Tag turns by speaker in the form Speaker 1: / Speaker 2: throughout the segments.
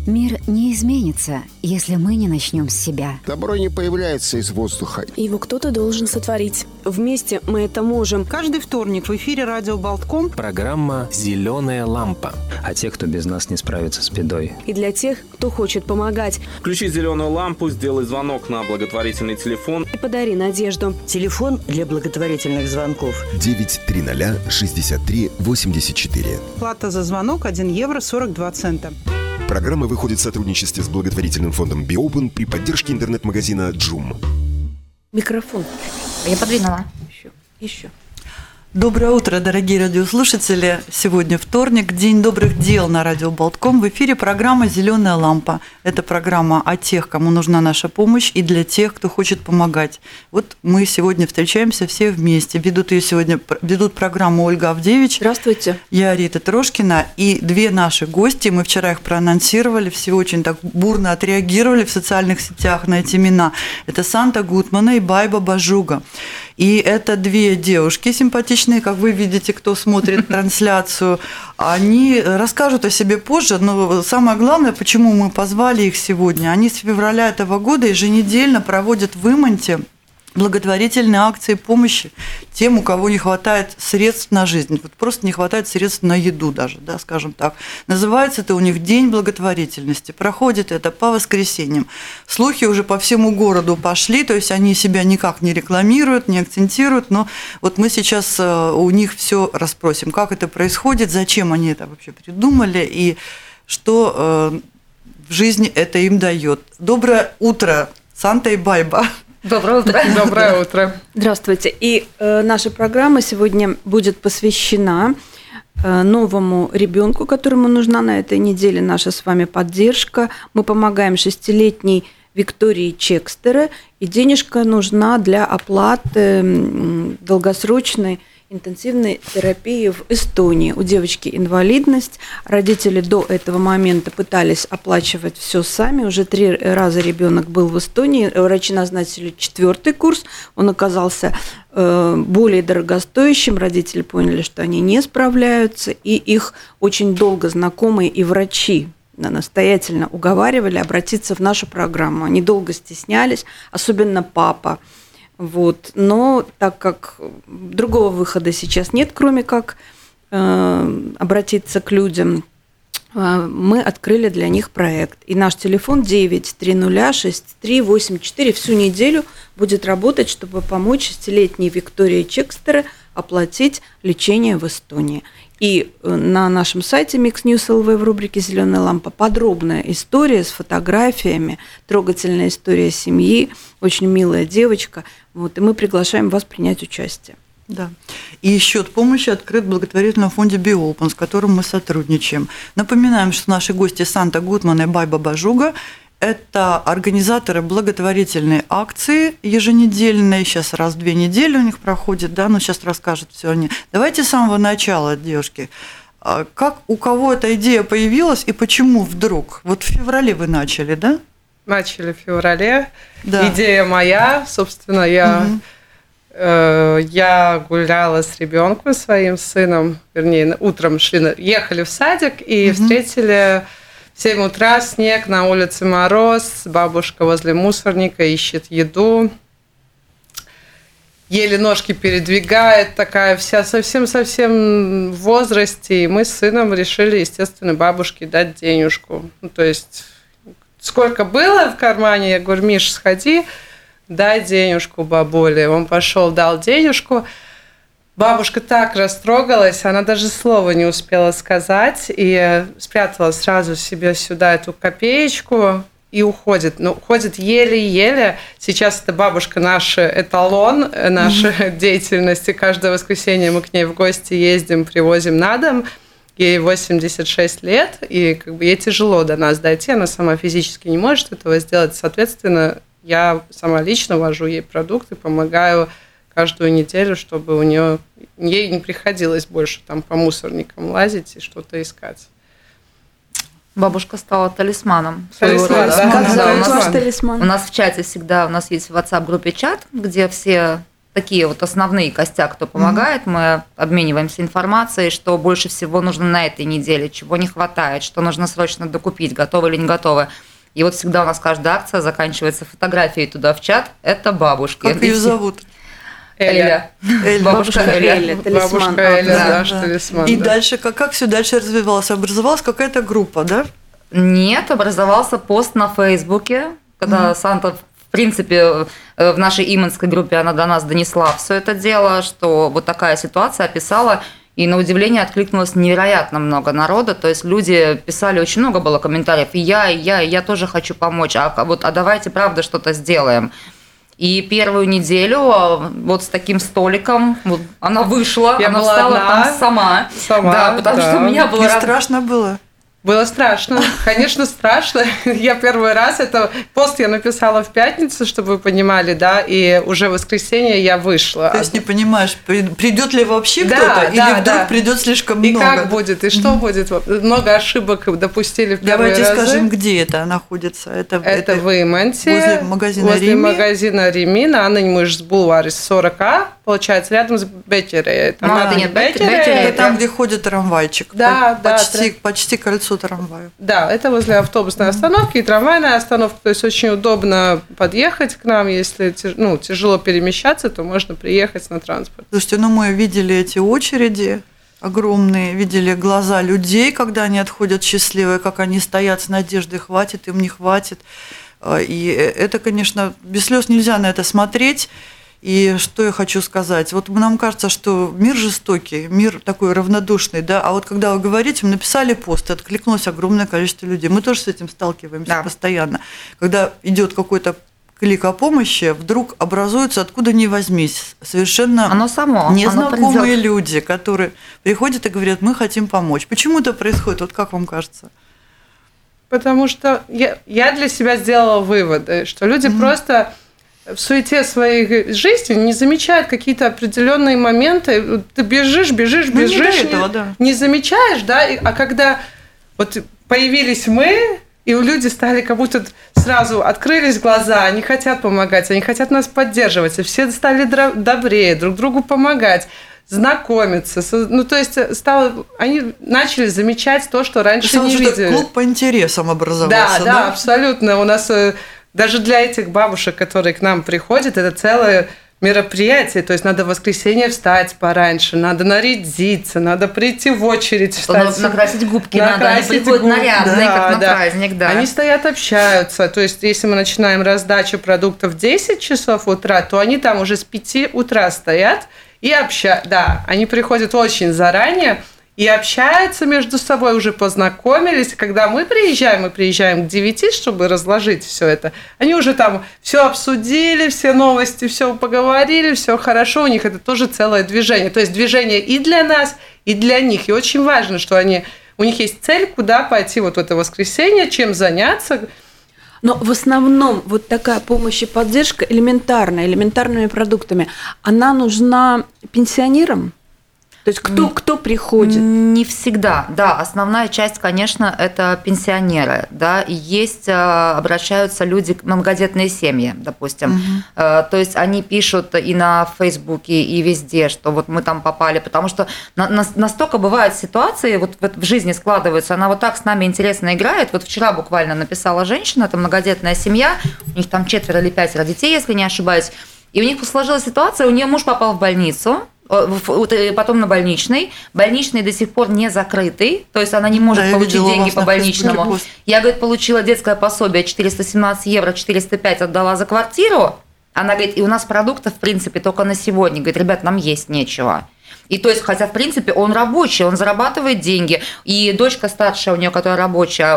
Speaker 1: Мир не изменится, если мы не начнем с себя.
Speaker 2: Добро не появляется из воздуха.
Speaker 3: Его кто-то должен сотворить. Вместе мы это можем.
Speaker 4: Каждый вторник в эфире радио Болтком
Speaker 5: программа «Зеленая лампа».
Speaker 6: А те, кто без нас не справится с бедой.
Speaker 3: И для тех, кто хочет помогать.
Speaker 7: Включи зеленую лампу, сделай звонок на благотворительный телефон.
Speaker 3: И подари надежду.
Speaker 8: Телефон для благотворительных звонков
Speaker 9: 930 63 84.
Speaker 4: Плата за звонок 1 евро 42 цента.
Speaker 9: Программа выходит в сотрудничестве с благотворительным фондом BeOpen при поддержке интернет-магазина Joom.
Speaker 3: Микрофон.
Speaker 10: Я подвинула.
Speaker 3: Еще.
Speaker 11: Доброе утро, дорогие радиослушатели. Сегодня вторник, День добрых дел на радио Болтком. В эфире программа «Зеленая лампа». Это программа о тех, кому нужна наша помощь, и для тех, кто хочет помогать. Вот мы сегодня встречаемся все вместе. Ведут программу Ольга Авдевич.
Speaker 3: Здравствуйте.
Speaker 11: Я Рита Трошкина. И две наши гости, мы вчера их проанонсировали, все очень так бурно отреагировали в социальных сетях на эти имена. Это Санта Гутмана и Байба Бажуга. И это две девушки симпатичные, как вы видите, кто смотрит трансляцию. Они расскажут о себе позже, но самое главное, почему мы позвали их сегодня. Они с февраля этого года еженедельно проводят в Иманте благотворительные акции помощи тем, у кого не хватает средств на жизнь. Вот просто не хватает средств на еду даже, да, скажем так. Называется это у них День благотворительности. Проходит это по воскресеньям. Слухи уже по всему городу пошли, то есть они себя никак не рекламируют, не акцентируют, но вот мы сейчас у них все расспросим, как это происходит, зачем они это вообще придумали и что в жизни это им дает. Доброе утро, Санта и Байба.
Speaker 10: Доброе утро.
Speaker 12: Доброе утро.
Speaker 3: Здравствуйте. И наша программа сегодня будет посвящена новому ребенку, которому нужна на этой неделе наша с вами поддержка. Мы помогаем 6-летней Виктории Чекстере, и денежка нужна для оплаты долгосрочной интенсивной терапии в Эстонии. У девочки инвалидность. Родители до этого момента пытались оплачивать все сами. Уже 3 раза ребенок был в Эстонии. Врачи назначили 4-й курс. Он оказался более дорогостоящим. Родители поняли, что они не справляются. И их очень долго знакомые и врачи настоятельно уговаривали обратиться в нашу программу. Они долго стеснялись, особенно папа. Вот. Но так как другого выхода сейчас нет, кроме как обратиться к людям, мы открыли для них проект. И наш телефон 9306384 всю неделю будет работать, чтобы помочь 6-летней Виктории Чекстере оплатить лечение в Эстонии. И на нашем сайте Mix News LV в рубрике «Зеленая лампа» подробная история с фотографиями, трогательная история семьи, очень милая девочка. Вот, и мы приглашаем вас принять участие.
Speaker 11: Да. И счет помощи открыт в благотворительном фонде BeOpen, с которым мы сотрудничаем. Напоминаем, что наши гости Санта Гутман и Байба Бажуга – это организаторы благотворительной акции еженедельной. Сейчас раз в 2 недели у них проходит, да, но сейчас расскажут все они. Давайте с самого начала, девушки. Как, у кого эта идея появилась и почему вдруг? Вот в феврале вы начали, да?
Speaker 12: Начали в феврале.
Speaker 11: Да.
Speaker 12: Идея моя, собственно, я гуляла с ребенком, своим сыном, вернее, утром ехали в садик и встретили в 7 утра снег, на улице мороз, бабушка возле мусорника ищет еду, еле ножки передвигает, такая вся совсем в возрасте, и мы с сыном решили, естественно, бабушке дать денежку. Ну, то есть сколько было в кармане, я говорю: Миш, сходи, дай денежку бабуле. Он пошел, дал денежку. Бабушка так растрогалась, она даже слова не успела сказать, и спрятала сразу себе сюда эту копеечку и уходит. Но уходит еле-еле. Сейчас эта бабушка наш эталон нашей деятельности. Каждое воскресенье мы к ней в гости ездим, привозим на дом. Ей 86 лет, и как бы ей тяжело до нас дойти, она сама физически не может этого сделать. Соответственно, я сама лично вожу ей продукты, помогаю каждую неделю, чтобы ей не приходилось больше там по мусорникам лазить и что-то искать.
Speaker 10: Бабушка стала талисманом.
Speaker 12: Талисман, да.
Speaker 3: Как зовут ваш талисман?
Speaker 10: У нас в чате всегда, у нас есть в WhatsApp-группе чат, где все такие вот основные костяк, кто помогает, мы обмениваемся информацией, что больше всего нужно на этой неделе, чего не хватает, что нужно срочно докупить, готовы или не готовы. И вот всегда у нас каждая акция заканчивается фотографией туда в чат. Это бабушки.
Speaker 11: Как ее зовут?
Speaker 10: Эля.
Speaker 3: Бабушка Эля.
Speaker 12: Бабушка Эля, наш талисман.
Speaker 11: И дальше, как все дальше развивалось? Образовалась какая-то группа, да?
Speaker 10: Нет, образовался пост на Фейсбуке, когда Санта, в принципе, в нашей иманской группе она до нас донесла все это дело, что вот такая ситуация описала. И на удивление откликнулось невероятно много народа, то есть люди писали, очень много было комментариев, и я тоже хочу помочь, а давайте, правда, что-то сделаем. И первую неделю вот с таким столиком она вышла, она встала там сама. Да, потому что у меня было...
Speaker 11: Не страшно было?
Speaker 12: Было страшно, конечно, страшно. Я первый раз, пост я написала в пятницу, чтобы вы понимали, да, и уже в воскресенье я вышла.
Speaker 11: То есть не понимаешь, придет ли вообще кто-то, или вдруг придет слишком много?
Speaker 12: И как будет, и что будет? Много ошибок допустили в первые разы.
Speaker 11: Давайте скажем, где это находится. Это
Speaker 12: в Иманте,
Speaker 11: возле
Speaker 12: магазина Реми, на Анненмыш-бульваре 40А, получается, рядом с Беккере.
Speaker 11: Это там, где ходит трамвайчик.
Speaker 12: Да,
Speaker 11: почти кольцо трамвая.
Speaker 12: Да, это возле автобусной остановки и трамвайная остановка, то есть очень удобно подъехать к нам, если тяжело перемещаться, то можно приехать на транспорт.
Speaker 11: Слушайте, мы видели эти очереди огромные, видели глаза людей, когда они отходят счастливые, как они стоят с надеждой, хватит им, не хватит. И это, конечно, без слез нельзя на это смотреть. И что я хочу сказать? Вот нам кажется, что мир жестокий, мир такой равнодушный, да, а вот когда вы говорите, мы написали пост, и откликнулось огромное количество людей. Мы тоже с этим сталкиваемся постоянно. Когда идет какой-то клик о помощи, вдруг образуются откуда ни возьмись совершенно незнакомые люди, которые приходят и говорят, мы хотим помочь. Почему это происходит? Вот как вам кажется?
Speaker 12: Потому что я для себя сделала выводы, что люди просто... в суете своей жизни не замечают какие-то определенные моменты. Ты бежишь, не замечаешь, да? А когда вот появились мы, и у людей стали как будто сразу открылись глаза, они хотят помогать, они хотят нас поддерживать, и все стали добрее, друг другу помогать, знакомиться. То есть они начали замечать то, что раньше не видели.
Speaker 11: Клуб по интересам образовался.
Speaker 12: Да, абсолютно. У нас... Даже для этих бабушек, которые к нам приходят, это целое мероприятие. То есть надо в воскресенье встать пораньше, надо нарядиться, надо прийти в очередь.
Speaker 10: Накрасить губки надо, они приходят нарядные, как на праздник. Да.
Speaker 12: Они стоят, общаются. То есть если мы начинаем раздачу продуктов в 10 часов утра, то они там уже с 5 утра стоят и общаются. Да, они приходят очень заранее, и общаются между собой, уже познакомились. Когда мы приезжаем к 9, чтобы разложить все это. Они уже там все обсудили, все новости, все поговорили, все хорошо. У них это тоже целое движение. То есть движение и для нас, и для них. И очень важно, что у них есть цель, куда пойти вот в это воскресенье, чем заняться.
Speaker 3: Но в основном вот такая помощь и поддержка элементарными продуктами, она нужна пенсионерам? То есть кто приходит?
Speaker 10: Не всегда. Да, основная часть, конечно, это пенсионеры. Да, и обращаются люди, многодетные семьи, допустим. То есть они пишут и на Фейсбуке, и везде, что вот мы там попали, потому что настолько бывают ситуации, вот в жизни складываются, она вот так с нами интересно играет. Вот вчера буквально написала женщина, это многодетная семья, у них там 4 или 5 детей, если не ошибаюсь, и у них сложилась ситуация, у нее муж попал в больницу, потом на больничный до сих пор не закрытый, то есть она не может получить деньги по больничному. Я, говорит, получила детское пособие 417 евро, 405 отдала за квартиру. Она говорит, и у нас продуктов, в принципе, только на сегодня. Говорит, ребят, нам есть нечего. И то есть, хотя, в принципе, он рабочий, он зарабатывает деньги. И дочка старшая у нее, которая рабочая,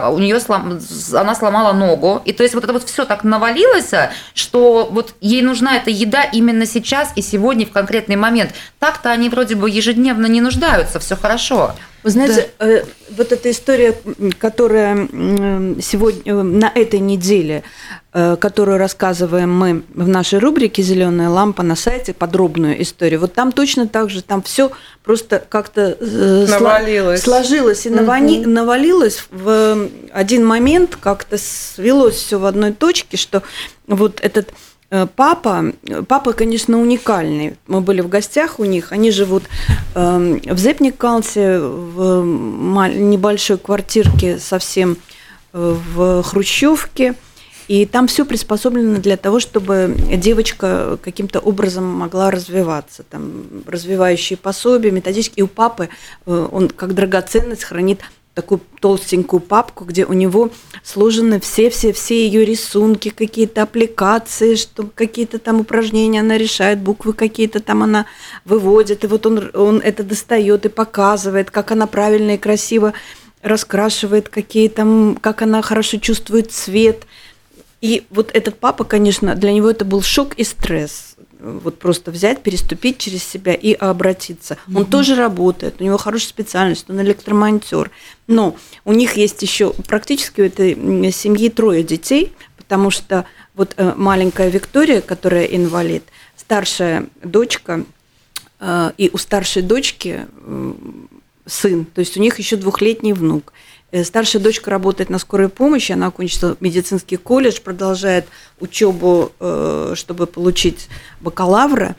Speaker 10: она сломала ногу. И то есть, вот это вот все так навалилось, что вот ей нужна эта еда именно сейчас и сегодня в конкретный момент. Так-то они вроде бы ежедневно не нуждаются, все хорошо.
Speaker 3: Вы знаете, вот эта история, которая сегодня, на этой неделе, которую рассказываем мы в нашей рубрике «Зеленая лампа» на сайте, подробную историю, вот там точно так же, там все просто как-то сложилось и навалилось в один момент, как-то свелось все в одной точке, что вот этот папа, конечно, уникальный. Мы были в гостях у них. Они живут в Зепникалсе, в небольшой квартирке совсем в хрущевке. И там все приспособлено для того, чтобы девочка каким-то образом могла развиваться. Там развивающие пособия, методички. И у папы он как драгоценность хранит такую толстенькую папку, где у него сложены все ее рисунки, какие-то аппликации, что какие-то там упражнения она решает, буквы какие-то там она выводит, и вот он это достает и показывает, как она правильно и красиво раскрашивает, как она хорошо чувствует цвет. И вот этот папа, конечно, для него это был шок и стресс. Вот просто взять, переступить через себя и обратиться. Он тоже работает, у него хорошая специальность, он электромонтер. Но у них есть еще практически у этой семьи 3 детей, потому что вот маленькая Виктория, которая инвалид, старшая дочка, и у старшей дочки сын, то есть у них еще 2-летний внук. Старшая дочка работает на скорой помощи, она окончила медицинский колледж, продолжает учебу, чтобы получить бакалавра.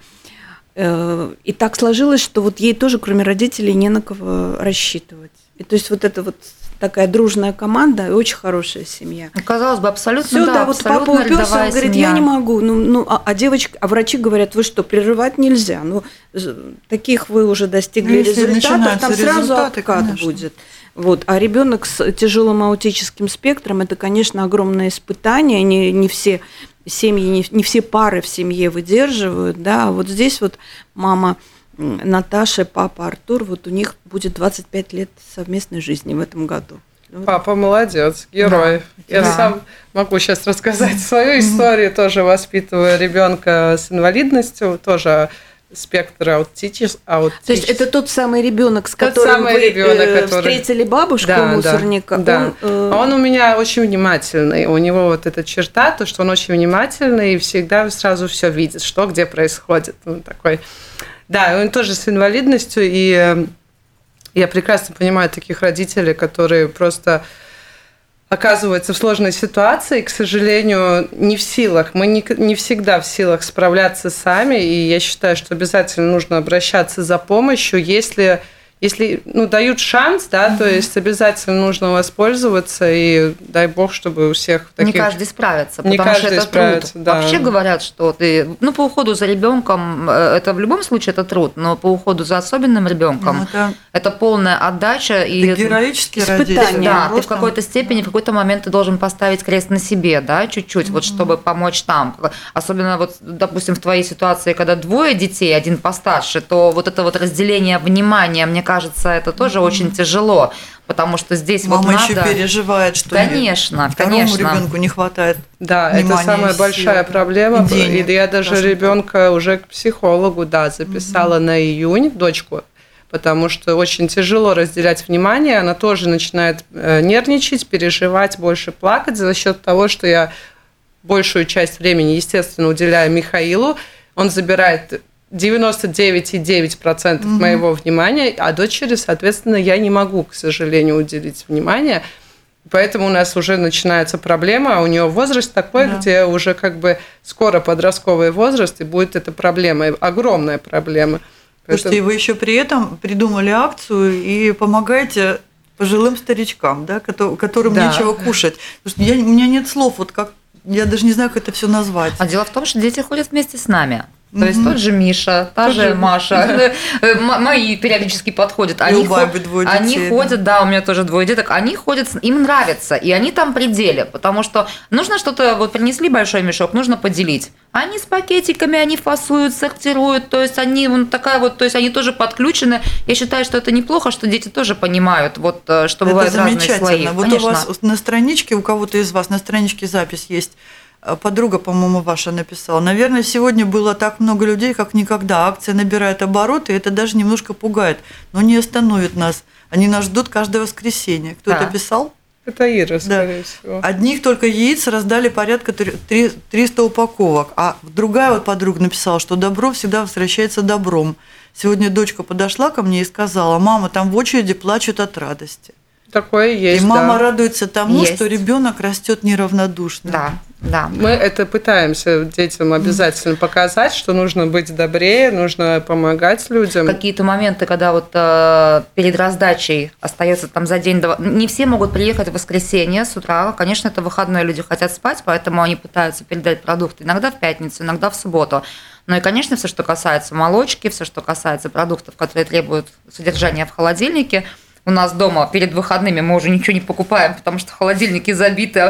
Speaker 3: И так сложилось, что вот ей тоже, кроме родителей, не на кого рассчитывать. И то есть вот это вот такая дружная команда и очень хорошая семья.
Speaker 10: Казалось бы, абсолютно,
Speaker 3: всё, да, вот папа уперся, он говорит, я не могу. А врачи говорят, вы что, прерывать нельзя. Таких вы уже достигли результатов, там сразу откат конечно. Будет. Вот. А ребенок с тяжелым аутическим спектром, это, конечно, огромное испытание. Не все семьи, не все пары в семье выдерживают. Да? Вот здесь вот мама Наташа, папа Артур, вот у них будет 25 лет совместной жизни в этом году.
Speaker 12: Папа молодец, герой. Да. Я сам могу сейчас рассказать свою историю, тоже воспитывая ребенка с инвалидностью, тоже спектр аутический. То
Speaker 3: есть это тот самый ребенок, с которым вы встретили бабушку мусорника?
Speaker 12: Да. Он у меня очень внимательный. У него вот эта черта, то, что он очень внимательный и всегда сразу все видит, что где происходит. Он такой. Да, он тоже с инвалидностью, и я прекрасно понимаю таких родителей, которые просто оказываются в сложной ситуации, и, к сожалению, не в силах. Мы не всегда в силах справляться сами, и я считаю, что обязательно нужно обращаться за помощью, если дают шанс, да, то есть обязательно нужно воспользоваться, и дай бог, чтобы у всех таких...
Speaker 10: Не каждый справится, потому что это труд. Да. Вообще говорят, что по уходу за ребенком, это в любом случае это труд, но по уходу за особенным ребенком это полная отдача и
Speaker 11: героические
Speaker 10: испытания. Да, ты в какой-то степени, в какой-то момент ты должен поставить крест на себе, да, чуть-чуть, вот чтобы помочь там. Особенно вот, допустим, в твоей ситуации, когда 2 детей, один постарше, то вот это вот разделение внимания, мне кажется, это тоже очень тяжело, потому что здесь
Speaker 11: мама
Speaker 10: вот надо...
Speaker 11: еще переживает, что
Speaker 10: второму
Speaker 11: ребенку не хватает.
Speaker 12: Да, это самая большая проблема. И я даже ребенка уже к психологу, записала на июнь дочку, потому что очень тяжело разделять внимание, она тоже начинает нервничать, переживать, больше плакать за счет того, что я большую часть времени, естественно, уделяю Михаилу, он забирает 99,9% моего внимания, а дочери, соответственно, я не могу, к сожалению, уделить внимание. Поэтому у нас уже начинается проблема, а у нее возраст такой, где уже как бы скоро подростковый возраст, и будет эта проблема, огромная проблема.
Speaker 11: Слушайте, и вы еще при этом придумали акцию и помогаете пожилым старичкам, да, которым нечего кушать. Потому что у меня нет слов, вот как я даже не знаю, как это все назвать.
Speaker 10: А дело в том, что дети ходят вместе с нами. То есть тот же Миша, та же Маша, мои периодически подходят. Они ходят, да, у меня тоже 2 деток, они ходят, им нравится, и они там при деле, потому что нужно что-то, вот принесли большой мешок, нужно поделить. Они с пакетиками, они фасуют, сортируют, то есть они то есть они тоже подключены. Я считаю, что это неплохо, что дети тоже понимают, вот, что бывают разные слои.
Speaker 11: Вот у вас на страничке, у кого-то из вас на страничке запись есть. Подруга, по-моему, ваша написала. Наверное, сегодня было так много людей, как никогда. Акция набирает обороты, и это даже немножко пугает. Но не остановит нас. Они нас ждут каждое воскресенье. Кто это писал?
Speaker 12: Это Ира, скорее всего.
Speaker 11: Одних только яиц раздали порядка 300 упаковок. А другая вот подруга написала, что добро всегда возвращается добром. Сегодня дочка подошла ко мне и сказала: мама, там в очереди плачут от радости.
Speaker 12: Такое есть.
Speaker 11: И мама радуется тому, что ребенок растет неравнодушно.
Speaker 10: Да. Да.
Speaker 12: Мы это пытаемся детям обязательно показать, что нужно быть добрее, нужно помогать людям.
Speaker 10: Какие-то моменты, когда вот перед раздачей остается там за день-два, не все могут приехать в воскресенье с утра. Конечно, это выходной, люди хотят спать, поэтому они пытаются передать продукты иногда в пятницу, иногда в субботу. Ну и, конечно, все, что касается молочки, все, что касается продуктов, которые требуют содержания в холодильнике. У нас дома перед выходными мы уже ничего не покупаем, потому что холодильники забиты.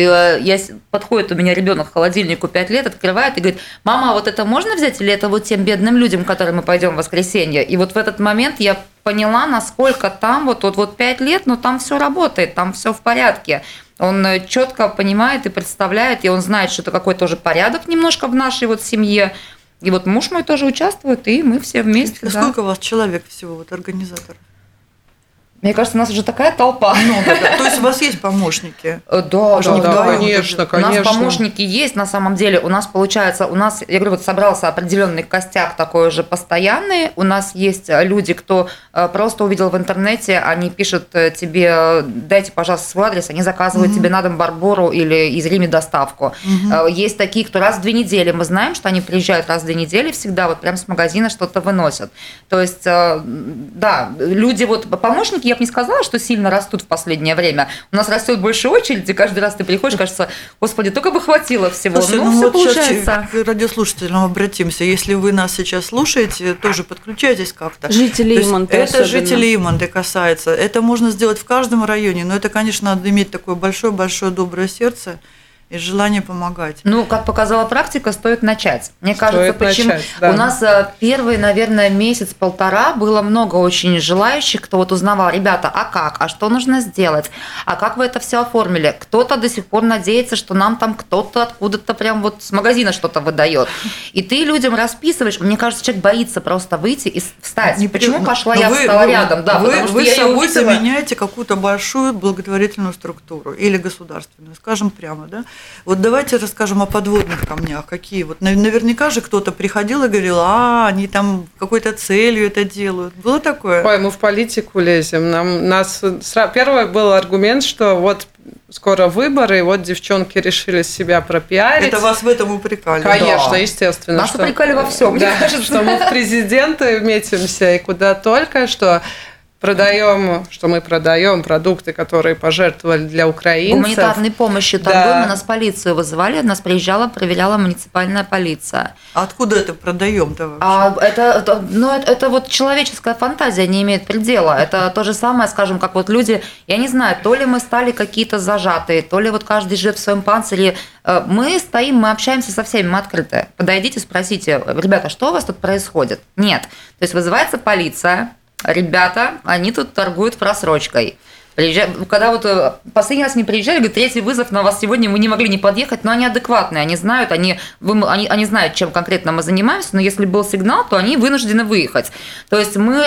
Speaker 10: И подходит у меня ребенок к холодильнику 5 лет, открывает и говорит: мама, а вот это можно взять, или это вот тем бедным людям, которым мы пойдем в воскресенье? И вот в этот момент я поняла, насколько там вот 5 лет, но там все работает, там все в порядке. Он четко понимает и представляет, и он знает, что это какой-то уже порядок немножко в нашей вот семье. И вот муж мой тоже участвует, и мы все вместе.
Speaker 11: Сколько у вас человек всего, вот организаторов?
Speaker 10: Мне кажется, у нас уже такая толпа.
Speaker 11: Много, да. То есть у вас есть помощники?
Speaker 12: Да, конечно.
Speaker 10: У нас помощники есть, на самом деле. У нас получается, я говорю, вот собрался определенный костяк такой уже постоянный. У нас есть люди, кто просто увидел в интернете, они пишут тебе: дайте, пожалуйста, свой адрес, они заказывают тебе на дом Барбору или из Риме доставку. Есть такие, кто раз в 2 недели, мы знаем, что они приезжают раз в 2 недели, всегда вот прям с магазина что-то выносят. То есть, да, люди, вот помощники, я бы не сказала, что сильно растут в последнее время. У нас растет больше очереди, каждый раз ты приходишь, кажется: господи, только бы хватило всего.
Speaker 11: Слушай,
Speaker 10: все
Speaker 11: вот
Speaker 10: получается.
Speaker 11: К радиослушателям обратимся. Если вы нас сейчас слушаете, тоже подключайтесь как-то.
Speaker 3: Жители Иманты.
Speaker 11: Это жители Иманты касается. Это можно сделать в каждом районе, но это, конечно, надо иметь такое большое-большое доброе сердце и желание помогать.
Speaker 10: Ну, как показала практика, стоит начать. Мне кажется, почему
Speaker 12: да.
Speaker 10: У нас первый, наверное, месяц-полтора было много очень желающих, кто вот узнавал: ребята, а как, а что нужно сделать, а как вы это все оформили? Кто-то до сих пор надеется, что нам там кто-то откуда-то прям вот с магазина что-то выдает. И ты людям расписываешь. Мне кажется, человек боится просто выйти и встать. Почему пошла я, встала рядом? Да,
Speaker 11: вы с собой заменяете какую-то большую благотворительную структуру или государственную, скажем прямо, да? Вот давайте расскажем о подводных камнях. Какие вот наверняка же кто-то приходил и говорил: они там какой-то целью это делают. Было такое?
Speaker 12: Ой, мы в политику лезем. Первый был аргумент, что вот скоро выборы, и вот девчонки решили себя пропиарить.
Speaker 11: Это вас в этом упрекали?
Speaker 12: Конечно, да. Естественно.
Speaker 10: Нас упрекали во всем.
Speaker 12: Да, что мы в президенты метимся и куда только, что мы продаем продукты, которые пожертвовали для украинцев.
Speaker 10: Гуманитарной помощью торгуем, нас полицию вызывали, нас приезжала, проверяла муниципальная полиция.
Speaker 11: А откуда это продаем-то вообще?
Speaker 10: Это вот человеческая фантазия не имеет предела. Это то же самое, скажем, как вот люди, я не знаю, то ли мы стали какие-то зажатые, то ли вот каждый живет в своем панцире. Мы стоим, мы общаемся со всеми, мы открыты. Подойдите, спросите: ребята, что у вас тут происходит? Нет. То есть вызывается полиция. Ребята, они тут торгуют просрочкой. Когда вот последний раз не приезжали, говорят: 3-й вызов на вас сегодня, мы не могли не подъехать, но они адекватные, они знают, они знают, чем конкретно мы занимаемся, но если был сигнал, то они вынуждены выехать. То есть мы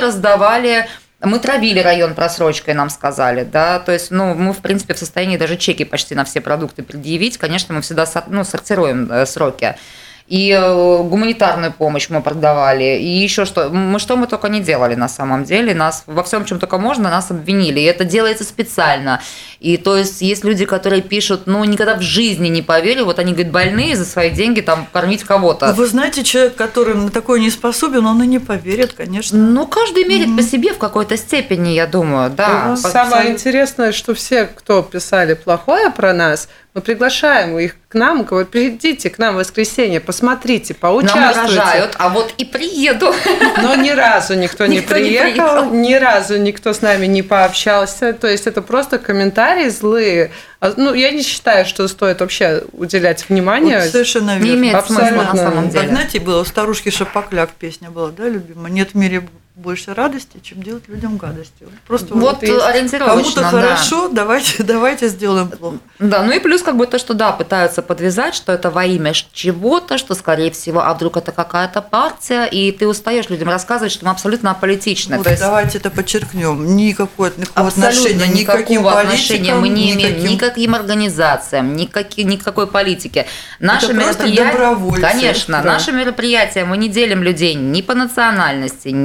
Speaker 10: травили район просрочкой, нам сказали, да, то есть, мы, в принципе, в состоянии даже чеки почти на все продукты предъявить, конечно, мы всегда сортируем сроки. И гуманитарную помощь мы продавали, и еще что мы только не делали на самом деле. Нас во всем, чем только можно, нас обвинили. И это делается специально. И то есть есть люди, которые пишут: никогда в жизни не поверю, вот они, говорят, больные, за свои деньги там кормить кого-то.
Speaker 11: Вы знаете, человек, который на такое не способен, он и не поверит, конечно.
Speaker 10: Каждый мерит по себе в какой-то степени, я думаю, да.
Speaker 12: Самое интересное, что все, кто писали плохое про нас, мы приглашаем их к нам, говорим: придите к нам в воскресенье, посмотрите, поучаствуйте.
Speaker 10: Нам угрожают, а вот и приеду.
Speaker 12: Но ни разу никто не приехал, ни разу никто с нами не пообщался. То есть это просто комментарии злые. Я не считаю, что стоит вообще уделять внимание.
Speaker 11: Вот совершенно верно.
Speaker 10: Не имеет смысла на самом деле.
Speaker 11: Как, знаете, была у старушки Шапокляк песня была, да, любимая? Нет в мире больше радости, чем делать людям гадости. Просто
Speaker 10: вот ориентировочно,
Speaker 11: кому-то хорошо, давайте сделаем плохо.
Speaker 10: Да, и плюс то, что пытаются подвязать, что это во имя чего-то, что, скорее всего, а вдруг это какая-то партия, и ты устаешь людям рассказывать, что мы абсолютно аполитичны.
Speaker 11: Вот, давайте это подчеркнем. Никакого отношения, никакого
Speaker 10: отношения мы не имеем ни к каким организациям, ни к какой политике.
Speaker 11: Наши мероприятия,
Speaker 10: конечно, наши мероприятия мы не делим людей ни по национальности, ни по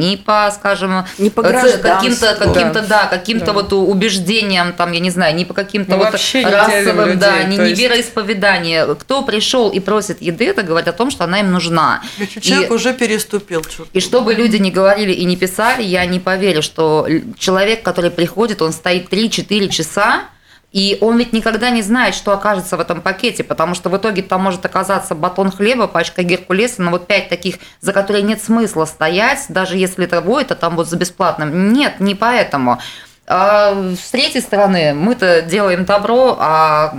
Speaker 10: по, скажем,
Speaker 3: не по
Speaker 10: каким-то вот убеждениям, там, я не знаю, не по каким-то вот расовым, не вероисповеданию. Кто пришел и просит еды, это говорит о том, что она им нужна.
Speaker 11: Человек уже переступил.
Speaker 10: И чтобы люди не говорили и не писали, я не поверю, что человек, который приходит, он стоит 3-4 часа, и он ведь никогда не знает, что окажется в этом пакете, потому что в итоге там может оказаться батон хлеба, пачка Геркулеса, но вот 5 таких, за которые нет смысла стоять, даже если того, это там вот за бесплатным. Нет, не поэтому. А с третьей стороны, мы-то делаем добро, а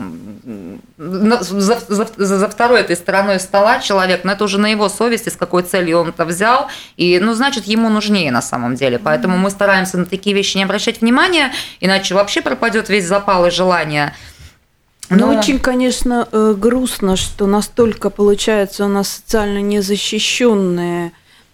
Speaker 10: за второй этой стороной стола человек, но это уже на его совести, с какой целью он это взял, и, значит, ему нужнее на самом деле. Поэтому мы стараемся на такие вещи не обращать внимания, иначе вообще пропадет весь запал и желание.
Speaker 3: Но очень, конечно, грустно, что настолько, получается, у нас социально незащищенные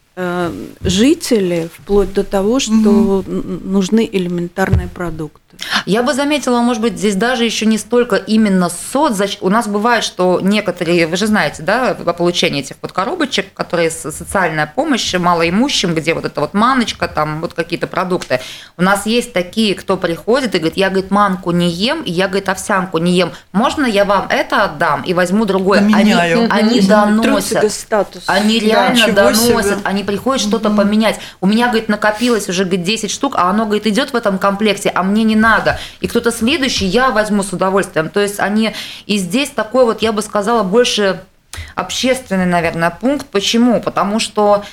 Speaker 3: жители, вплоть до того, что нужны элементарные продукты.
Speaker 10: Я бы заметила, может быть, здесь даже еще не столько именно у нас бывает, что некоторые, вы же знаете, да, по получению этих вот коробочек, которые социальная помощь малоимущим, где вот эта вот маночка, там вот какие-то продукты. У нас есть такие, кто приходит и говорит, я, говорит, манку не ем, и я, говорит, овсянку не ем. Можно я вам это отдам и возьму другое? Они доносят. Они реально доносят. Они приходят что-то поменять. У меня, говорит, накопилось уже, говорит, 10 штук, а оно, говорит, идет в этом комплекте, а мне не надо. И кто-то следующий я возьму с удовольствием. То есть они... И здесь такой вот, я бы сказала, больше общественный, наверное, пункт. Почему? Потому что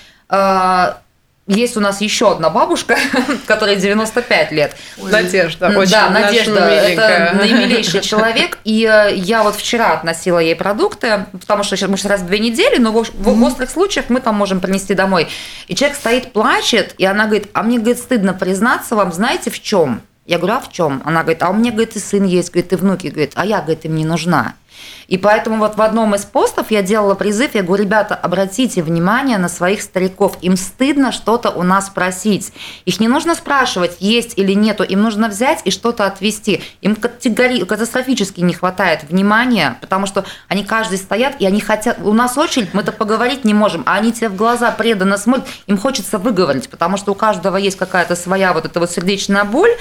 Speaker 10: есть у нас еще одна бабушка, которой 95 лет.
Speaker 12: Надежда, очень
Speaker 10: Надежда, это наимилейший человек. И я вот вчера относила ей продукты, потому что мы сейчас раз в 2 недели, но в острых случаях мы там можем принести домой. И человек стоит, плачет, и она говорит, а мне, говорит, стыдно признаться вам, знаете, в чем? Я говорю, а в чем? Она говорит, а у меня, говорит, и сын есть, говорит, и внуки, говорит, а я, говорит, им не нужна. И поэтому вот в одном из постов я делала призыв, я говорю, ребята, обратите внимание на своих стариков, им стыдно что-то у нас просить. Их не нужно спрашивать, есть или нету, им нужно взять и что-то отвезти. Им катастрофически не хватает внимания, потому что они каждый стоят, и они хотят, у нас очередь, мы-то поговорить не можем, а они тебе в глаза преданно смотрят, им хочется выговорить, потому что у каждого есть какая-то своя вот эта вот сердечная боль.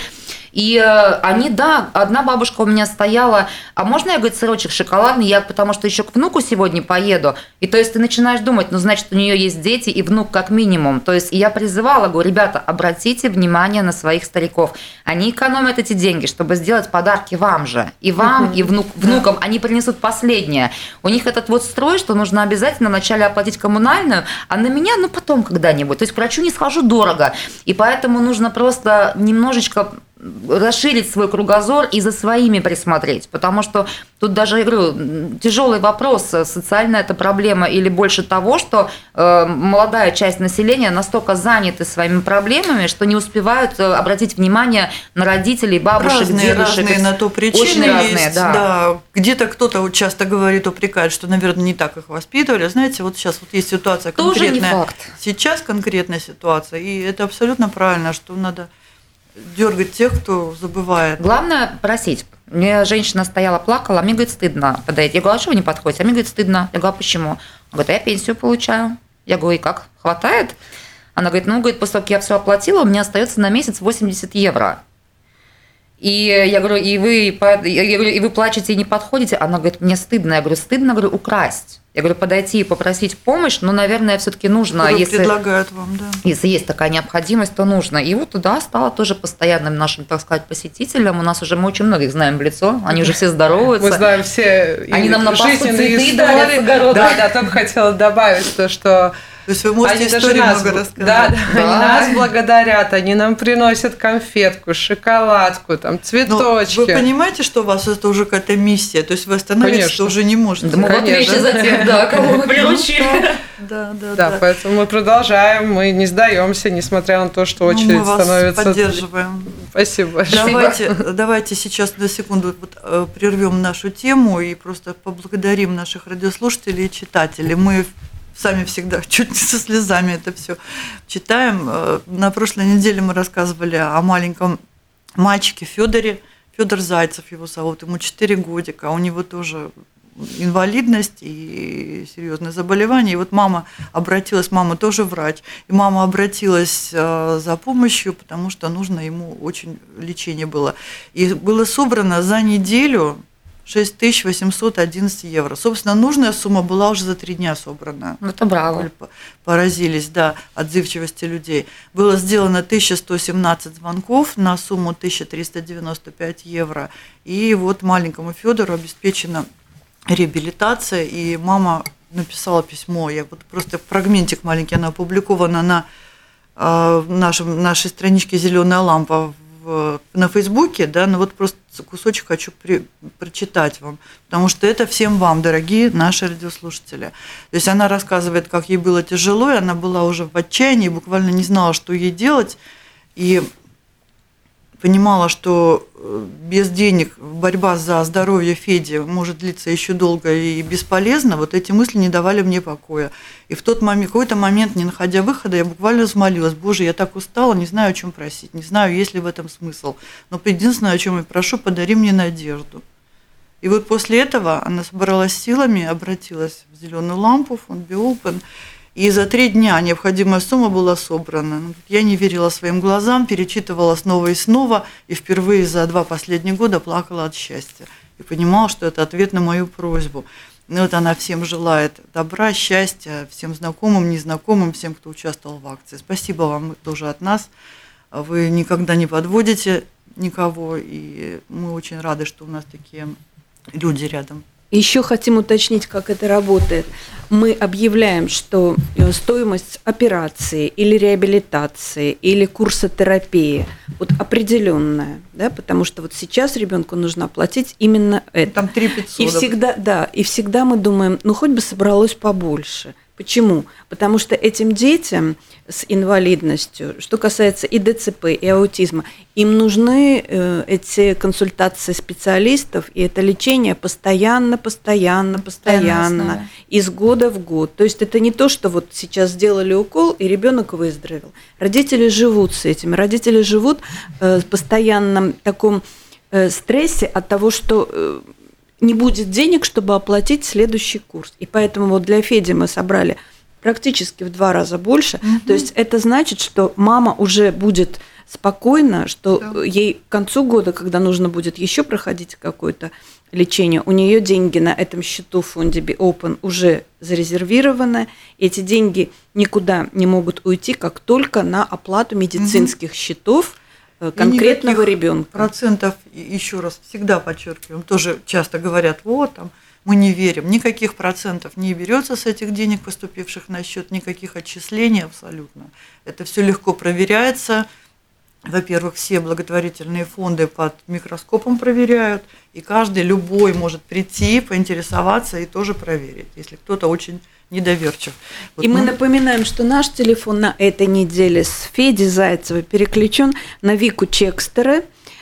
Speaker 10: И они, да, одна бабушка у меня стояла, а можно я, говорит, сырочек шоколадный, я потому что еще к внуку сегодня поеду. И то есть ты начинаешь думать, значит, у нее есть дети и внук как минимум. То есть я призывала, говорю, ребята, обратите внимание на своих стариков. Они экономят эти деньги, чтобы сделать подарки вам же. И вам, и внукам. Они принесут последнее. У них этот вот строй, что нужно обязательно вначале оплатить коммунальную, а на меня, потом когда-нибудь. То есть к врачу не схожу дорого. И поэтому нужно просто немножечко расширить свой кругозор и за своими присмотреть, потому что тут даже, я говорю, тяжелый вопрос, социальная это проблема или больше того, что молодая часть населения настолько заняты своими проблемами, что не успевают обратить внимание на родителей, бабушек, дедушек.
Speaker 11: Разные на то причины очень разные, есть, да. Где-то кто-то вот часто говорит, упрекает, что, наверное, не так их воспитывали. Знаете, вот сейчас вот есть ситуация конкретная. Тоже не факт. Сейчас конкретная ситуация, и это абсолютно правильно, что надо дергать тех, кто забывает.
Speaker 10: Главное просить. Мне женщина стояла, плакала, а мне, говорит, стыдно подойти. Я говорю, а что вы не подходите? А мне, говорит, стыдно. Я говорю, а почему? Она говорит, а я пенсию получаю. Я говорю, и как? Хватает? Она говорит, говорит, после того, как я все оплатила, у меня остается на месяц 80 евро. И я говорю, и вы плачете и не подходите? Она говорит, мне стыдно. Я говорю, стыдно, говорю, украсть. Я говорю, подойти и попросить помощь, но, наверное, все-таки нужно.
Speaker 11: Если предлагают вам, да.
Speaker 10: Если есть такая необходимость, то нужно. И вот туда стала тоже постоянным нашим, так сказать, посетителем. У нас уже мы очень многих знаем в лицо, они уже все здороваются.
Speaker 12: Мы знаем все
Speaker 10: они нам на Пасху цветы дарят с
Speaker 12: огорода. Да, только хотела добавить то, что...
Speaker 11: То есть вы можете историю много рассказать.
Speaker 12: Да, они нас благодарят, они нам приносят конфетку, шоколадку, там, цветочки.
Speaker 11: Но вы понимаете, что у вас это уже какая-то миссия? То есть вы остановиться уже не можете.
Speaker 10: Да, мы в ответе за тех, кого вы приручили.
Speaker 12: Да, поэтому мы продолжаем, мы не сдаемся, несмотря на то, что очередь становится...
Speaker 11: Мы вас поддерживаем.
Speaker 12: Спасибо большое.
Speaker 11: Давайте сейчас на секунду прервем нашу тему и просто поблагодарим наших радиослушателей и читателей. Мы сами всегда чуть не со слезами это все читаем. На прошлой неделе мы рассказывали о маленьком мальчике Федоре. Федор Зайцев его зовут, ему 4 годика. У него тоже инвалидность и серьезное заболевание. И вот мама тоже врач, и мама обратилась за помощью, потому что нужно ему очень лечение было. И было собрано за неделю 6811 евро. Собственно, нужная сумма была уже за 3 дня собрана.
Speaker 10: Это браво.
Speaker 11: Поразились, да, отзывчивости людей. Было сделано 1117 звонков на сумму 1395 евро. И вот маленькому Федору обеспечена реабилитация. И мама написала письмо. Я вот просто фрагментик маленький, она опубликована на нашей страничке «Зеленая лампа» на Фейсбуке, да, но вот просто кусочек хочу прочитать вам, потому что это всем вам, дорогие наши радиослушатели. То есть она рассказывает, как ей было тяжело, и она была уже в отчаянии, буквально не знала, что ей делать, и понимала, что без денег борьба за здоровье Феди может длиться еще долго и бесполезно. Вот эти мысли не давали мне покоя. И в какой-то момент, не находя выхода, я буквально взмолилась: Боже, я так устала, не знаю, о чем просить, не знаю, есть ли в этом смысл. Но единственное, о чем я прошу, подари мне надежду. И вот после этого она собралась силами, обратилась в «Зеленую лампу», фонд BeOpen, и за 3 дня необходимая сумма была собрана. Я не верила своим глазам, перечитывала снова и снова, и впервые за 2 последних года плакала от счастья. И понимала, что это ответ на мою просьбу. И вот она всем желает добра, счастья, всем знакомым, незнакомым, всем, кто участвовал в акции. Спасибо вам тоже от нас. Вы никогда не подводите никого, и мы очень рады, что у нас такие люди рядом.
Speaker 3: Еще хотим уточнить, как это работает. Мы объявляем, что стоимость операции или реабилитации или курса терапии вот определенная, да, потому что вот сейчас ребенку нужно оплатить именно это.
Speaker 11: Там 3500.
Speaker 3: И всегда мы думаем, хоть бы собралось побольше. Почему? Потому что этим детям с инвалидностью, что касается и ДЦП, и аутизма, им нужны эти консультации специалистов, и это лечение постоянно, из года в год. То есть это не то, что вот сейчас сделали укол, и ребенок выздоровел. Родители живут с этим. Родители живут в постоянном таком стрессе от того, что не будет денег, чтобы оплатить следующий курс. И поэтому вот для Феди мы собрали практически в 2 раза больше. Угу. То есть это значит, что мама уже будет спокойна, что ей к концу года, когда нужно будет еще проходить какое-то лечение, у нее деньги на этом счету в фонде BeOpen уже зарезервированы. Эти деньги никуда не могут уйти, как только на оплату медицинских счетов конкретного ребенка.
Speaker 11: Процентов, еще раз, всегда подчеркиваем, тоже часто говорят, мы не верим, никаких процентов не берется с этих денег, поступивших на счет, никаких отчислений абсолютно. Это все легко проверяется. Во-первых, все благотворительные фонды под микроскопом проверяют, и каждый, любой может прийти, поинтересоваться и тоже проверить, если кто-то очень недоверчив.
Speaker 3: И мы напоминаем, что наш телефон на этой неделе с Феди Зайцевой переключен на Вику Чекстера,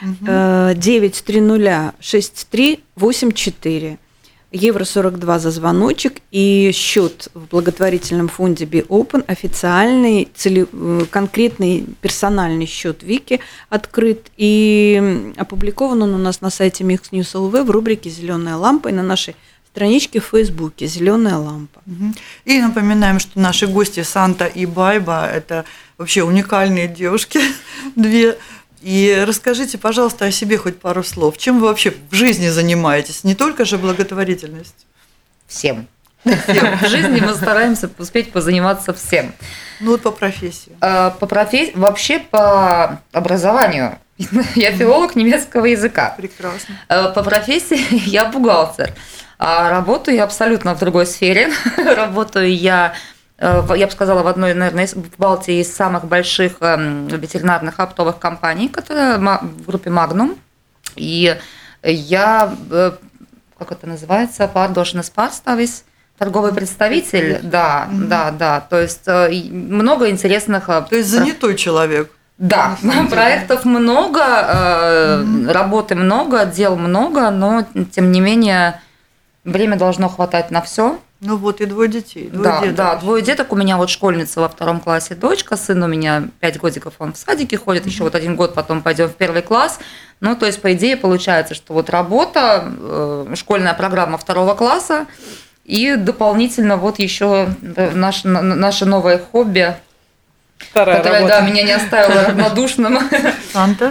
Speaker 3: 9306384. Евро 42 за звоночек, и счет в благотворительном фонде BeOpen, официальный, конкретный персональный счет Вики открыт, и опубликован он у нас на сайте Mix News LV в рубрике «Зеленая лампа» и на нашей страничке в Фейсбуке «Зеленая лампа».
Speaker 11: И напоминаем, что наши гости Санта и Байба – это вообще уникальные девушки, 2. И расскажите, пожалуйста, о себе хоть пару слов. Чем вы вообще в жизни занимаетесь? Не только же благотворительностью?
Speaker 10: Всем. В жизни мы стараемся успеть позаниматься всем.
Speaker 11: Вот по профессии.
Speaker 10: Вообще по образованию. Я филолог немецкого языка.
Speaker 11: Прекрасно.
Speaker 10: По профессии я бухгалтер. А работаю я абсолютно в другой сфере. Работаю я бы сказала, в одной, наверное, в Балтии из самых больших ветеринарных оптовых компаний, которая в группе Magnum. И я, как это называется, pārdošanas pārstāvis, торговый представитель. Да. То есть много интересных...
Speaker 11: То есть занятой человек.
Speaker 10: Да, проектов много, работы много, дел много, но, тем не менее, время должно хватать на все.
Speaker 11: Ну вот и 2 детей.
Speaker 10: 2 деток. У меня вот школьница во 2 классе дочка, сын у меня 5 годиков, он в садике ходит, еще вот 1 год, потом пойдем в 1 класс. Ну, то есть, по идее, получается, что вот работа, школьная программа 2 класса, и дополнительно вот еще наше новое хобби, которое, да, меня не оставило равнодушным.
Speaker 11: Санта?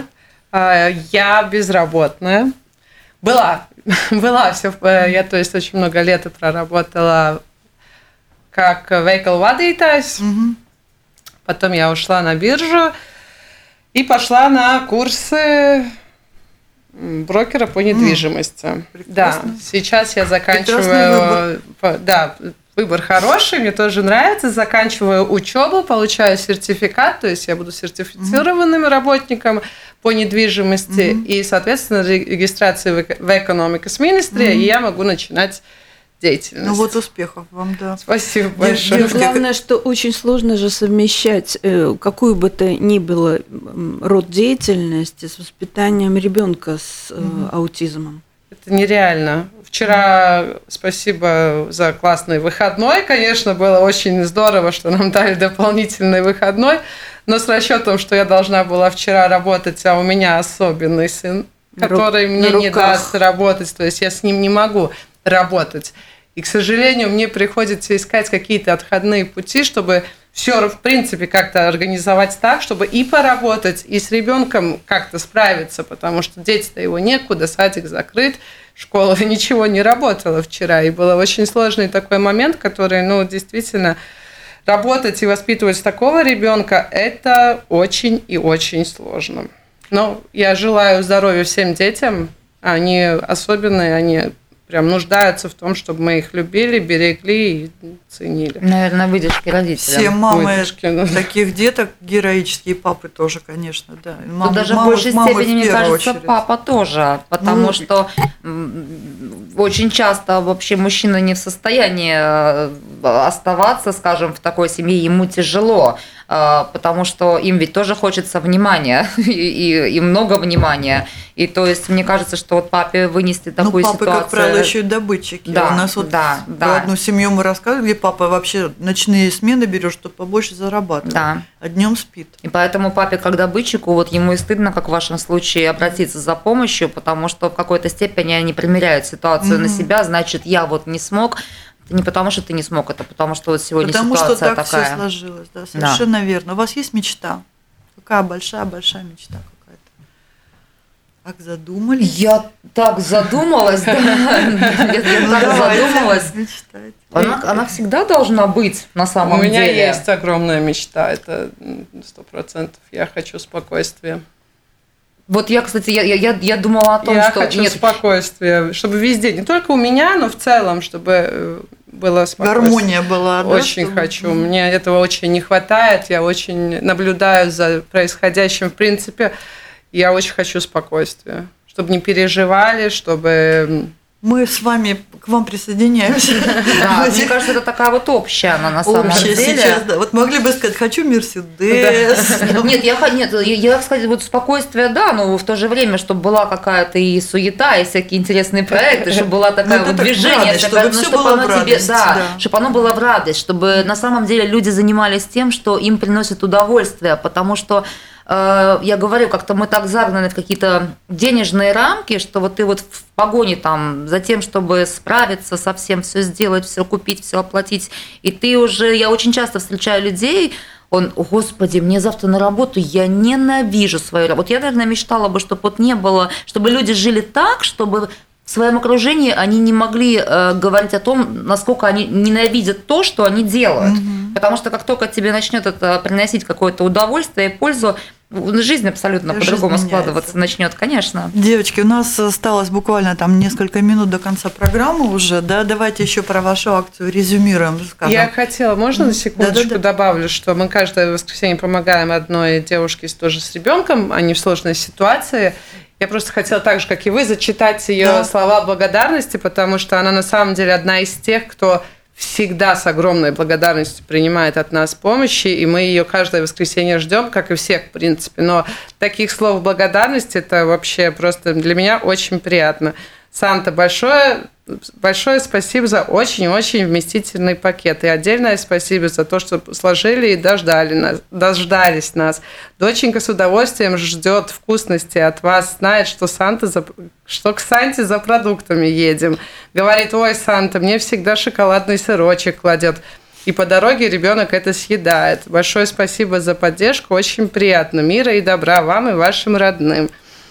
Speaker 12: Я безработная. Была все. Я, то есть, очень много лет проработала как vehicle vadītājs. Потом я ушла на биржу и пошла на курсы брокера по недвижимости. Да, сейчас я заканчиваю. Да, выбор хороший, мне тоже нравится. Заканчиваю учебу, получаю сертификат, то есть я буду сертифицированным работником по недвижимости и, соответственно, регистрации в Economics Ministry, и я могу начинать деятельность.
Speaker 11: Ну вот успехов вам, да.
Speaker 12: Спасибо большое.
Speaker 3: Главное, что очень сложно же совмещать какую бы то ни было род деятельности с воспитанием ребенка с аутизмом.
Speaker 12: Это нереально. Вчера спасибо за классный выходной. Конечно, было очень здорово, что нам дали дополнительный выходной, но с расчетом, что я должна была вчера работать, а у меня особенный сын, который мне не даст работать, то есть я с ним не могу работать. И, к сожалению, мне приходится искать какие-то отходные пути, чтобы все, в принципе, как-то организовать так, чтобы и поработать, и с ребенком как-то справиться, потому что дети-то его некуда, садик закрыт, школа ничего не работала вчера. И был очень сложный такой момент, который, действительно, работать и воспитывать такого ребенка – это очень и очень сложно. Но я желаю здоровья всем детям. Они особенные, они прям нуждаются в том, чтобы мы их любили, берегли и ценили.
Speaker 10: Наверное, выдержки родителям.
Speaker 11: Все мамы таких деток героические, папы тоже, конечно, да.
Speaker 10: Мамы, даже в большей степени, мне кажется, папа тоже, потому что очень часто вообще мужчина не в состоянии оставаться, скажем, в такой семье, ему тяжело, потому что им ведь тоже хочется внимания, и много внимания. И то есть мне кажется, что вот папе вынести такую
Speaker 11: папы,
Speaker 10: ситуацию...
Speaker 11: как правило, еще и добытчики.
Speaker 10: Да,
Speaker 11: у нас вот про одну семью мы рассказывали, где папа вообще ночные смены берет, чтобы побольше зарабатывать, а днем спит.
Speaker 10: И поэтому папе, как добытчику, вот ему и стыдно, как в вашем случае, обратиться за помощью, потому что в какой-то степени они примеряют ситуацию на себя, значит, я вот не смог. Не потому, что ты не смог, это потому, что вот сегодня ситуация такая.
Speaker 11: Потому что так все сложилось, да, совершенно верно. У вас есть мечта? Какая большая-большая мечта какая-то? Так задумались?
Speaker 10: Я так задумалась, да. Я так задумалась. Она всегда должна быть на самом деле.
Speaker 12: У меня есть огромная мечта, это 100%. Я хочу спокойствия.
Speaker 10: Вот я, кстати, я думала о том, что...
Speaker 12: Я хочу спокойствия, чтобы везде, не только у меня, но в целом, чтобы было спокойствие.
Speaker 11: Гармония была, да?
Speaker 12: Очень хочу. Мне этого очень не хватает. Я очень наблюдаю за происходящим. В принципе, я очень хочу спокойствия. Чтобы не переживали, чтобы...
Speaker 11: Мы с вами к вам присоединяемся.
Speaker 10: Да, мне кажется, это такая вот общая она на самом деле.
Speaker 11: Сейчас, да. Вот могли бы сказать, хочу Мерседес.
Speaker 10: Нет, я, кстати, вот спокойствие, да, но в то же время, чтобы была какая-то и суета, и всякие интересные проекты, чтобы была такая вот движение, чтобы оно тебе, да, чтобы оно было в радость, чтобы на самом деле люди занимались тем, что им приносит удовольствие, потому что я говорю, как-то мы так загнаны в какие-то денежные рамки, что вот ты вот в погоне там за тем, чтобы справиться со всем, все сделать, все купить, все оплатить, и ты уже, я очень часто встречаю людей, Господи, мне завтра на работу, я ненавижу свою работу. Вот я, наверное, мечтала бы, чтобы вот не было, чтобы люди жили так, чтобы в своем окружении они не могли говорить о том, насколько они ненавидят то, что они делают. Потому что как только тебе начнет это приносить какое-то удовольствие и пользу, жизнь абсолютно по-другому складываться начнет, конечно.
Speaker 11: Девочки, у нас осталось буквально там несколько минут до конца программы уже, да? Давайте еще про вашу акцию резюмируем, скажем.
Speaker 12: Я хотела, можно на секундочку добавлю, что мы каждое воскресенье помогаем одной девушке тоже с ребенком, они в сложной ситуации. Я просто хотела так же, как и вы, зачитать ее слова благодарности, потому что она на самом деле одна из тех, кто всегда с огромной благодарностью принимает от нас помощи, и мы ее каждое воскресенье ждем, как и всех, в принципе. Но таких слов благодарности, это вообще просто для меня очень приятно Санта, большое спасибо за очень-очень вместительный пакет. И отдельное спасибо за то, что сложили и дождались нас. Доченька с удовольствием ждет вкусности от вас, знает, что к Санте за продуктами едем. Говорит: ой, Санта, мне всегда шоколадный сырочек кладет. И по дороге ребенок это съедает. Большое спасибо за поддержку, очень приятно. Мира и добра вам и вашим родным.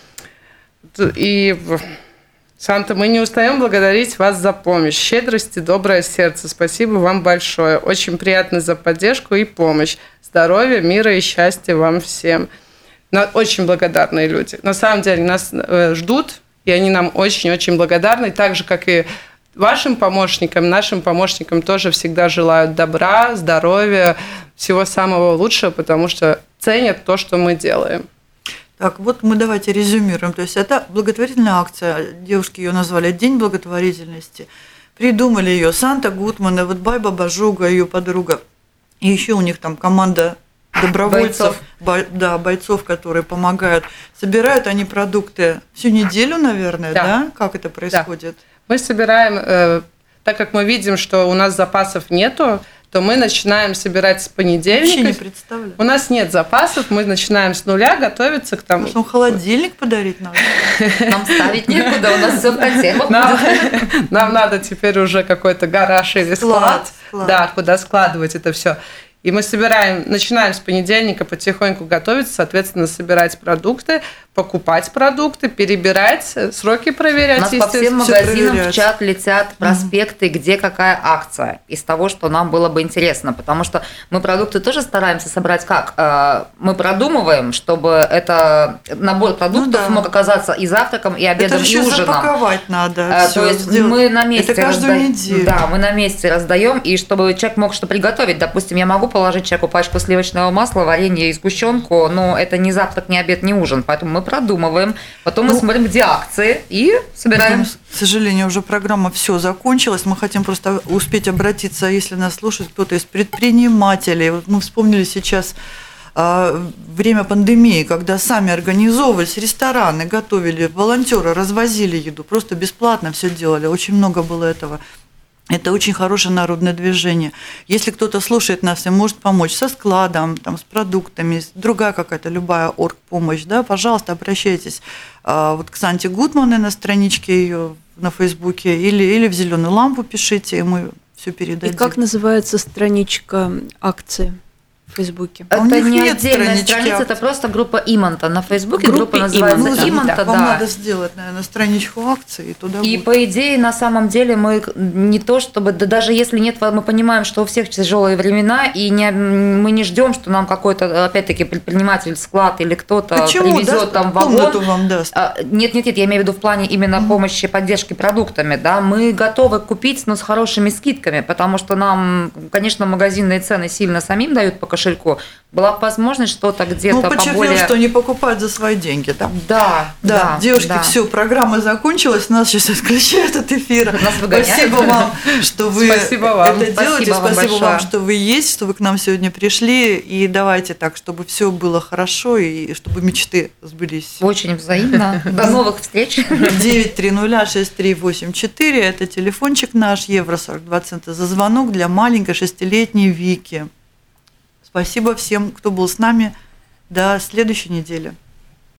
Speaker 12: И... Санта, мы не устаем благодарить вас за помощь, щедрость и доброе сердце. Спасибо вам большое. Очень приятно за поддержку и помощь. Здоровья, мира и счастья вам всем. Очень благодарные люди. На самом деле нас ждут, и они нам очень-очень благодарны. Так же, как и вашим помощникам, нашим помощникам тоже всегда желают добра, здоровья, всего самого лучшего, потому что ценят то, что мы делаем.
Speaker 11: Так, вот мы давайте резюмируем. То есть это благотворительная акция, девушки ее назвали «День благотворительности». Придумали ее Санта Гутман, вот Байба Бажуга, ее подруга. И еще у них там команда добровольцев, бойцов, которые помогают. Собирают они продукты всю неделю, наверное, да? Как это происходит?
Speaker 12: Да. Мы собираем, так как мы видим, что у нас запасов нету, то мы начинаем собирать с понедельника.
Speaker 11: Вообще не представляю.
Speaker 12: У нас нет запасов, мы начинаем с нуля готовиться к тому.
Speaker 11: Может, холодильник подарить надо?
Speaker 10: Нам ставить некуда, у нас все в консервах.
Speaker 12: Нам надо теперь уже какой-то гараж или склад, да, куда складывать это все. И мы начинаем с понедельника потихоньку готовиться, соответственно, собирать продукты, покупать продукты, перебирать, сроки проверять.
Speaker 10: У нас по всем магазинам в чат летят проспекты, где какая акция, из того, что нам было бы интересно. Потому что мы продукты тоже стараемся собрать как? Мы продумываем, чтобы это набор продуктов мог оказаться и завтраком, и обедом,
Speaker 11: это
Speaker 10: и ужином.
Speaker 11: Это запаковать надо.
Speaker 10: То есть мы на месте
Speaker 11: это каждую неделю.
Speaker 10: Да, мы на месте раздаем, и чтобы человек мог что приготовить. Допустим, я могу положить человеку пачку сливочного масла, варенье и сгущенку, но это не завтрак, не обед, не ужин, поэтому мы продумываем, потом мы смотрим, где акции, и собираем.
Speaker 11: Потом, к сожалению, уже программа все закончилась. Мы хотим просто успеть обратиться, если нас слушает кто-то из предпринимателей. Вот мы вспомнили сейчас время пандемии, когда сами организовывались рестораны, готовили, волонтеры развозили еду, просто бесплатно все делали. Очень много было этого. Это очень хорошее народное движение. Если кто-то слушает нас и может помочь со складом, там, с продуктами, другая какая-то любая оргпомощь, да, пожалуйста, обращайтесь вот к Санте Гутман на страничке ее на Фейсбуке или в «Зеленую лампу» пишите, и мы все передадим.
Speaker 3: И как называется страничка акции в Фейсбуке?
Speaker 10: Это не отдельная страница, это просто группа Иманта на Фейсбуке. Группа называется Иманта,
Speaker 11: Вам надо сделать, наверное, страничку акции и туда.
Speaker 10: И по идее, на самом деле, мы не то чтобы, да даже если нет, мы понимаем, что у всех тяжелые времена, и мы не ждем, что нам какой-то, опять-таки, предприниматель, склад или кто-то привезет там вагон.
Speaker 11: Вам даст?
Speaker 10: Нет, я имею в виду в плане именно помощи, поддержки продуктами, да, мы готовы купить, но с хорошими скидками, потому что нам, конечно, магазинные цены сильно самим дают по кошельку. Была возможность что-то где-то
Speaker 11: поболее... что не покупать за свои деньги, да?
Speaker 10: Да.
Speaker 11: Девушки, все, программа закончилась, нас сейчас отключают от эфира. Спасибо вам, что вы это делаете, спасибо вам, что вы есть, что вы к нам сегодня пришли, и давайте так, чтобы все было хорошо, и чтобы мечты сбылись.
Speaker 10: Очень взаимно. До новых встреч.
Speaker 11: 9306384, это телефончик наш, евро 42 цента за звонок для маленькой 6-летней Вики. Спасибо всем, кто был с нами. До следующей недели.